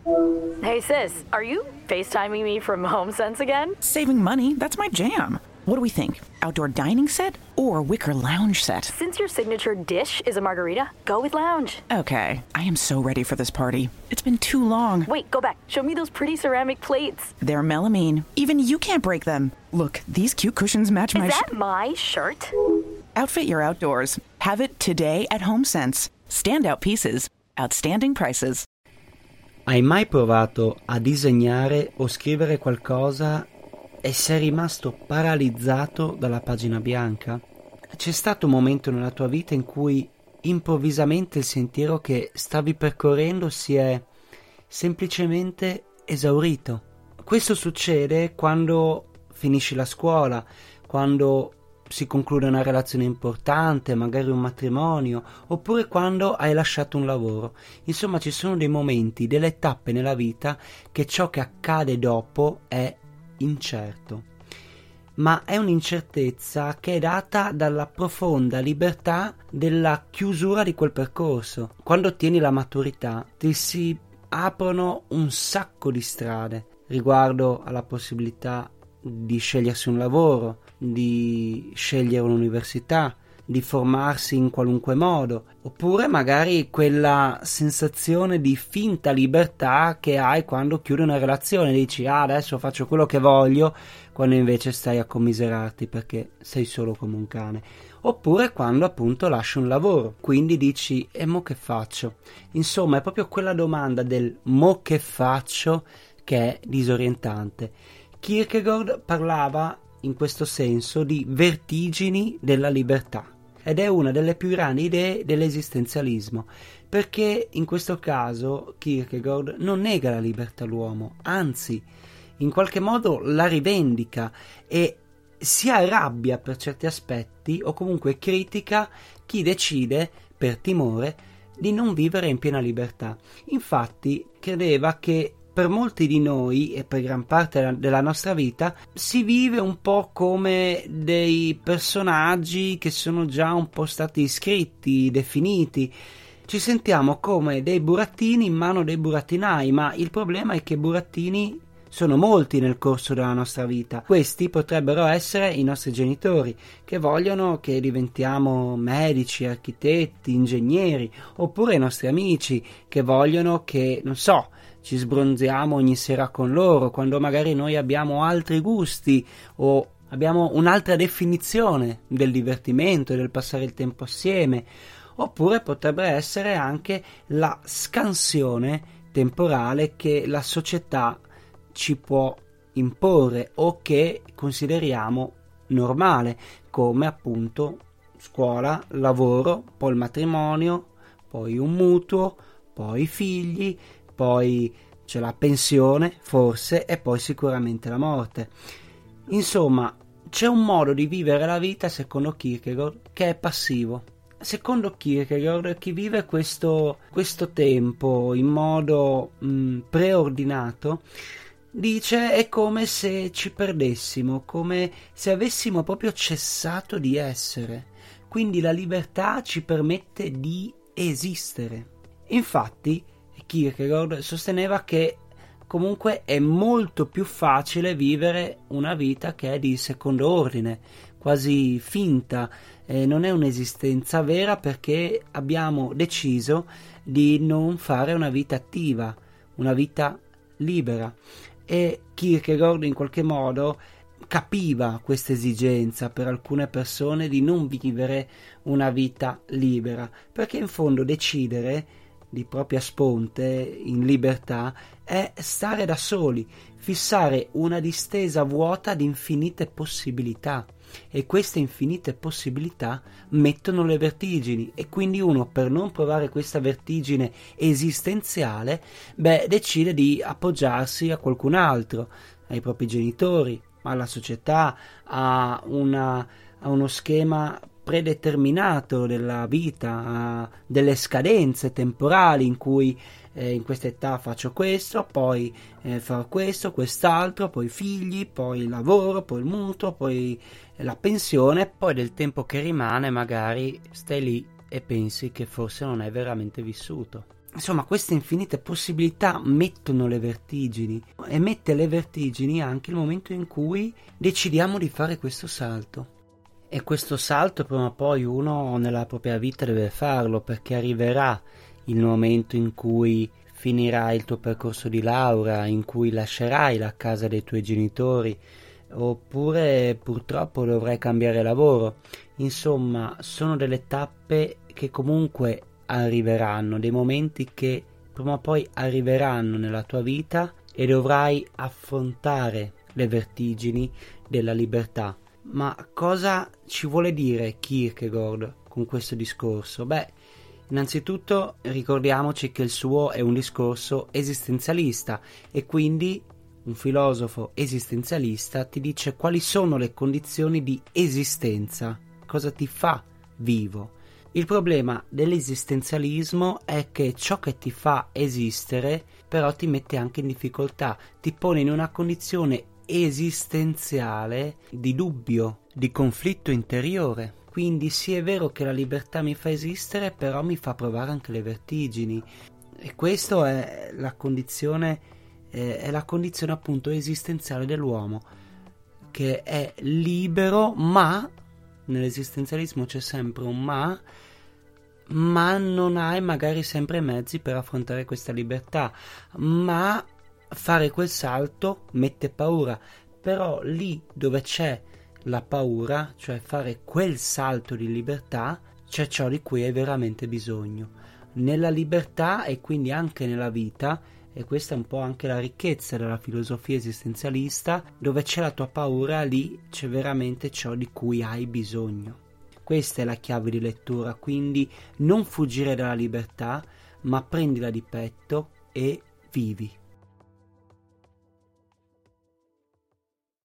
Hey sis, are you FaceTiming me from HomeSense again? Saving money, that's my jam. What do we think? Outdoor dining set or wicker lounge set? Since your signature dish is a margarita, go with lounge. Okay, I am so ready for this party. It's been too long. Wait, go back. Show me those pretty ceramic plates. They're melamine. Even you can't break them. Look, these cute cushions match my Is that my shirt? Outfit your outdoors. Have it today at HomeSense. Standout pieces, outstanding prices. Hai mai provato a disegnare o scrivere qualcosa e sei rimasto paralizzato dalla pagina bianca? C'è stato un momento nella tua vita in cui improvvisamente il sentiero che stavi percorrendo si è semplicemente esaurito? Questo succede quando finisci la scuola, quando si conclude una relazione importante, magari un matrimonio, oppure quando hai lasciato un lavoro. Insomma, ci sono dei momenti, delle tappe nella vita che ciò che accade dopo è incerto. Ma è un'incertezza che è data dalla profonda libertà della chiusura di quel percorso. Quando ottieni la maturità ti si aprono un sacco di strade riguardo alla possibilità di scegliersi un lavoro, di scegliere un'università, di formarsi in qualunque modo, oppure magari quella sensazione di finta libertà che hai quando chiudi una relazione, dici adesso faccio quello che voglio, quando invece stai a commiserarti perché sei solo come un cane, oppure quando appunto lasci un lavoro, quindi dici e mo che faccio? Insomma, è proprio quella domanda del mo che faccio che è disorientante. Kierkegaard parlava in questo senso di vertigini della libertà ed è una delle più grandi idee dell'esistenzialismo, perché in questo caso Kierkegaard non nega la libertà all'uomo, anzi in qualche modo la rivendica e si arrabbia per certi aspetti o comunque critica chi decide per timore di non vivere in piena libertà. Infatti credeva che per molti di noi e per gran parte della nostra vita si vive un po' come dei personaggi che sono già un po' stati scritti, definiti. Ci sentiamo come dei burattini in mano dei burattinai, ma il problema è che burattini sono molti nel corso della nostra vita. Questi potrebbero essere i nostri genitori, che vogliono che diventiamo medici, architetti, ingegneri, oppure i nostri amici, che vogliono che, non so, ci sbronziamo ogni sera con loro, quando magari noi abbiamo altri gusti o abbiamo un'altra definizione del divertimento e del passare il tempo assieme, oppure potrebbe essere anche la scansione temporale che la società ci può imporre o che consideriamo normale, come appunto scuola, lavoro, poi il matrimonio, poi un mutuo, poi i figli, poi c'è la pensione, forse, e poi sicuramente la morte. Insomma, c'è un modo di vivere la vita, secondo Kierkegaard, che è passivo. Secondo Kierkegaard, chi vive questo tempo in modo preordinato, dice è come se ci perdessimo, come se avessimo proprio cessato di essere. Quindi la libertà ci permette di esistere. Infatti, Kierkegaard sosteneva che comunque è molto più facile vivere una vita che è di secondo ordine, quasi finta, non è un'esistenza vera perché abbiamo deciso di non fare una vita attiva, una vita libera. E Kierkegaard in qualche modo capiva questa esigenza per alcune persone di non vivere una vita libera, perché in fondo decidere di propria sponte, in libertà, è stare da soli, fissare una distesa vuota di infinite possibilità, e queste infinite possibilità mettono le vertigini, e quindi uno, per non provare questa vertigine esistenziale, decide di appoggiarsi a qualcun altro, ai propri genitori, alla società, a uno schema predeterminato della vita, delle scadenze temporali in cui in questa età faccio questo, poi farò questo, quest'altro, poi figli, poi il lavoro, poi il mutuo, poi la pensione, poi del tempo che rimane magari stai lì e pensi che forse non hai veramente vissuto. Insomma, queste infinite possibilità mettono le vertigini, e mette le vertigini anche il momento in cui decidiamo di fare questo salto. E questo salto prima o poi uno nella propria vita deve farlo, perché arriverà il momento in cui finirai il tuo percorso di laurea, in cui lascerai la casa dei tuoi genitori, oppure purtroppo dovrai cambiare lavoro. Insomma, sono delle tappe che comunque arriveranno, dei momenti che prima o poi arriveranno nella tua vita e dovrai affrontare le vertigini della libertà. Ma cosa ci vuole dire Kierkegaard con questo discorso? Beh, innanzitutto ricordiamoci che il suo è un discorso esistenzialista e quindi un filosofo esistenzialista ti dice quali sono le condizioni di esistenza, cosa ti fa vivo. Il problema dell'esistenzialismo è che ciò che ti fa esistere però ti mette anche in difficoltà, ti pone in una condizione esistenziale di dubbio, di conflitto interiore. Quindi sì, è vero che la libertà mi fa esistere, però mi fa provare anche le vertigini, e questa è la condizione appunto esistenziale dell'uomo, che è libero, ma nell'esistenzialismo c'è sempre un ma non hai magari sempre mezzi per affrontare questa libertà, ma fare quel salto mette paura, però lì dove c'è la paura, cioè fare quel salto di libertà, c'è ciò di cui hai veramente bisogno. Nella libertà e quindi anche nella vita, e questa è un po' anche la ricchezza della filosofia esistenzialista, dove c'è la tua paura, lì c'è veramente ciò di cui hai bisogno. Questa è la chiave di lettura, quindi non fuggire dalla libertà, ma prendila di petto e vivi.